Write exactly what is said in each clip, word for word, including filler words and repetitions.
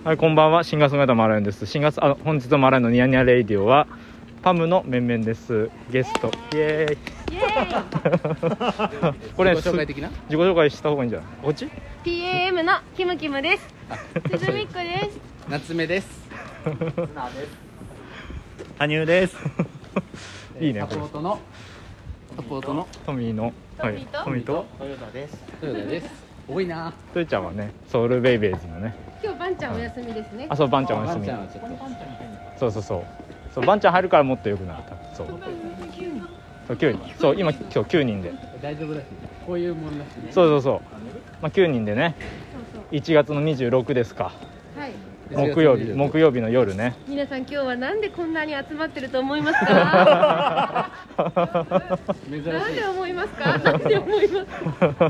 はい、こんばんは。シンガーソングライターマーライオンです。シンガーあ本日のマーライオンのニヤニヤレイディオはパムの面々です。ゲストイエーイイエーイこれ自己紹介的な自己紹介した方がいいんじゃない？こっちピーエーエム のキムキムです。鈴みっこです。 夏目です。 羽生です。 いいね。 サポートのサポートのトミーのトミーと、 はい、トミーとトヨタです。 トヨタです。多いな。 トヨちゃんはね、ソウルベイベーズのね。 今日バンちゃんお休みですね。 あ、そうバンちゃんお休み。 ワンちゃんはちょっとそうそうそう。そうバンちゃん入るからもっと良くなる。そう。そうきゅうにん。そう今今日きゅうにんで。 大丈夫だし、こういうもんだしね。 そうそうそう。まあきゅうにんでね。いちがつのにじゅうろくですか。 はい。 木曜日木曜日の夜ね。 皆さん今日はなんでこんなに集まってると思いますか？ 珍しい。 なんで思いますか？なんで思いますか？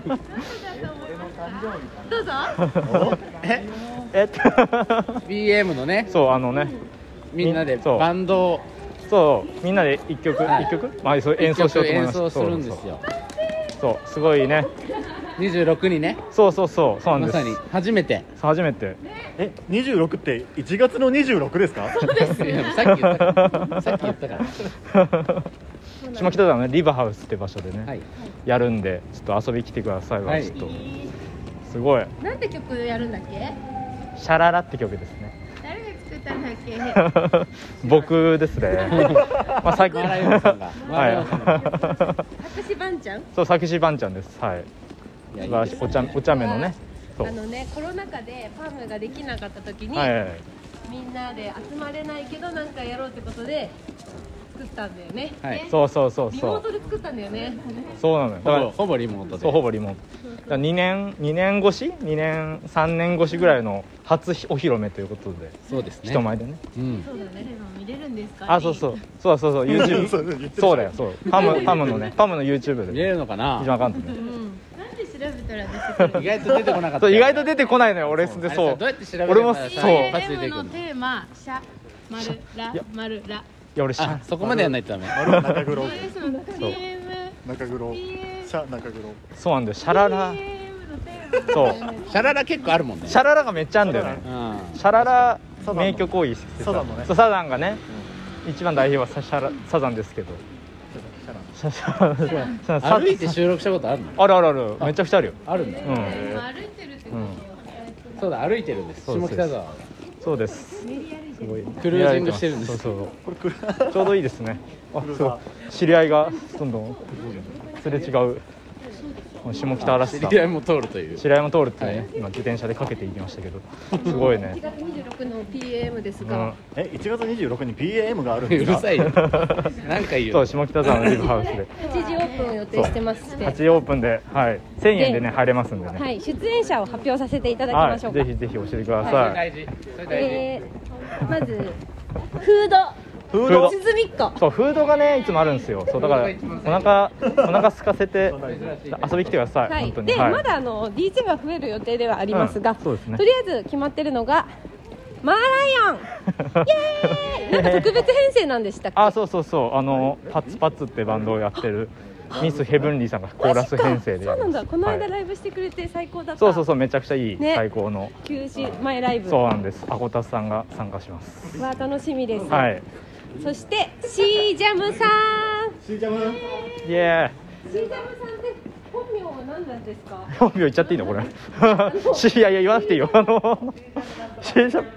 どうぞ。 え、 えっとビーエム のね、 そうあのね。 みんなでそうバンドをそうみんなで一曲はい一曲まあそう演奏しようと思いました。 演奏するんですよ。 そうそうすごいね。 にじゅうろくにね、 そうそうそうそうなんです。 まさに初めて。 初めて。 え、にじゅうろくっていちがつのにじゅうろくですか？そうです。 いやさっき言ったから。さっき言ったから。 下北沢のねリバハウスって場所でね、 はい。 やるんでちょっと遊び来てくださいわ、 はいちょっとすごいなんて曲やるんだっけ？ シャララって曲ですね。 誰が作ったんだっけ？ 僕ですね。まあ最近マーライオンさんが。マーライオンさんが。 は私バンちゃん。 い。そう作詞バンちゃんです。はい。 いや素晴らしいお茶お茶目のね。そう。 あのねコロナ禍でパームができなかった時に、 はいはいはい。 みんなで集まれないけどなんかやろうってことで作ったんだよね。 はいねそうそうそうリモーそう。 トで作ったんだよね。 そうなのよ。だからほぼほぼリモートで。 そうほぼリモート。だからにねんにねん越しにねんさんねん越しぐらいの初お披露目ということでそうですね。 人前でね。 うん。 そうだね。見れるんですか？ あそうそうそうそうそう YouTube そうだよそうパムパムのねパムの YouTube で見れるのかな一。番アカウントね。 うん。なんで調べたら出てくる？ 意外と出てこなかった。 そう意外と出てこないのよ俺であれさそうどうやって調べる俺もかさそう一発で出てピーエムくるの。 のテーマシャマルラいやマルラ。 いや俺しあ、そこまでやんないとダメ。 中黒、 ピーエム ピーエム中黒、シャ中黒。 そうなんだよシャララピーエム のテーマそうシャララ結構あるもんね。 シャララがめっちゃあるんだよねうん。 シャララサザンの名曲多いしサザンのねそうサザンがね一番代表はシャラサザンですけどシャシャシャサ歩いて収録したことあるの？ あるあるあるめちゃくちゃあるよあるんだ。 うん歩いてるってこうんそうだ、歩いてるんです。 そうです下北沢。 そうですと？練り歩いてる。 すごいクルージングしてるんですそうそうこれくちょうどいいですねあそう知り合いがどんどんすれ違う下北らしさ知り合いも通るという。 知り合いも通るってね、 はい今自転車でかけていきましたけどすごいいちね、 がつにじゅうろくの ピーエム ですがうん、 え、いちがつにじゅうろくに ピーエーエム があるんうですか？ るさいよ。なんか言うよ。 そう下北沢のリブハウスではちじオープンを予定してまして、 はちじオープンで、はい、せんえんでね入れますんでね、 はい、出演者を発表させていただきはい、 ましょうか。 ぜひぜひ教えてくだそれさい、 大事。それ大事。 えー、まずフードフーフードド。 鈴みっこ。 そうフードがねいつもあるんですよそうだからお腹お腹空かせて遊びに来てください、 はい、 本当にで、 はいまだあの ディージェー が増える予定ではありますが、 うんそうですねとりあえず決まってるのがマーライオンイエーイなんか特別編成なんでしたっけ？ あそうそうそうあのパツパツってバンドをやってるミスヘブンリーさんがコーラス編成でそうなんだ。この間はいライブしてくれて最高だった。 そうそうそうめちゃくちゃいい、 ね最高の休止前ライブ。 そうなんですアコタスさんが参加しますわ楽しみです。 はいそしてシージャムさん。 シージャム。 イエーイシージャムさんって本名は何なんですか？ 本名言っちゃっていいのこれいやいや言わなくていいよあのシージャム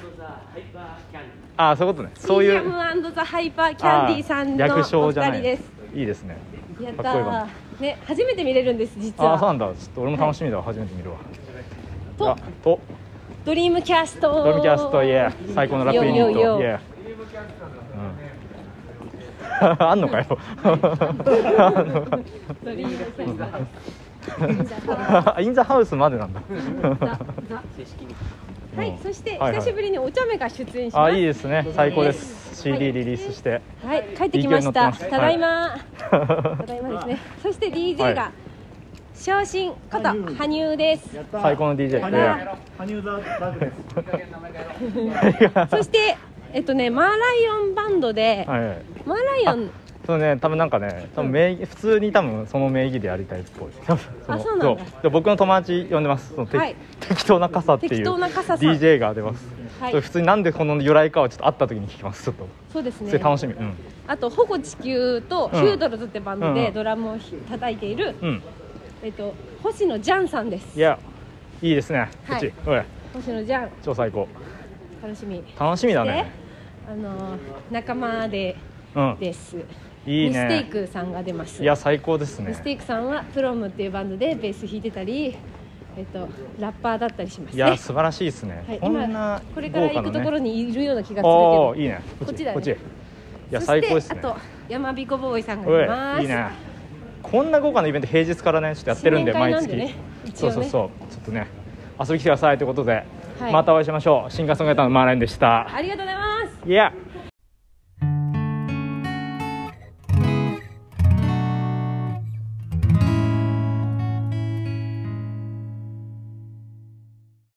あそういうことねそういうシージャム&ザ・ハイパーキャンディーさんのあー略お称じゃない二人です。 いいですねやったかっこいいかー。ね初めて見れるんです実ああそうなは。 んだちょっと俺も楽しみだわ、初めて見るわとあとドリームキャスト。 ドリームキャストイエー最高のラップユニットよよよイエーうんあんのかよドリームキャスト。 インザハウスまでなんだザザはい、そしてはいはい久しぶりにお茶目が出演します。 あいいですね最高です シーディー リリースしてはい、帰ってきました。 いい勢いに乗ってますただいま。ただいまですね。そして ディージェー が昇進こと羽生です。 やった。 最高の ディージェー羽イエ生羽生ザラグです。 そしてえっとねマーライオンバンドで、 ーはいはいマーライオンそうね、多分なんかね、多分名義、うん、普通に多分その名義でやりたいっぽい。 あ、そうなんだ。 そう僕の友達呼んでます。その、はい、適当な傘っていう ディージェー が出ます。はい、普通になんでこの由来かはちょっと会った時に聞きます。ちょっとそうですね。 それ楽しみ。うん、 あと保護地球とヒュードルズってバンドでドラムを叩いている、うん、えっと星野ジャンさんです。 いや、いいですね。 はい、 こっち星野ジャン超最高。 楽しみ。 楽しみだね。 あの仲間で、うん、です。 いいね。 ミステイクさんが出ます。 いや最高ですね。 ミステイクさんはプロムっていうバンドでベース弾いてたり、えっとラッパーだったりしますね。 いや素晴らしいですね。はい、こんな今これから行くところにいるような気がするけど。 おーいいね。 こっちだね。 こっち。いや最高ですね。 あと山彦ボーイさんがいます。 いいね。こんな豪華なイベント平日からねちょっとやってるんで毎月。ね、そうそうそう。ちょっとね遊びに来てくださいということで、はい、またお会いしましょう。シンガーソングライターのマーレンでした。 ありがとうございます。 いや。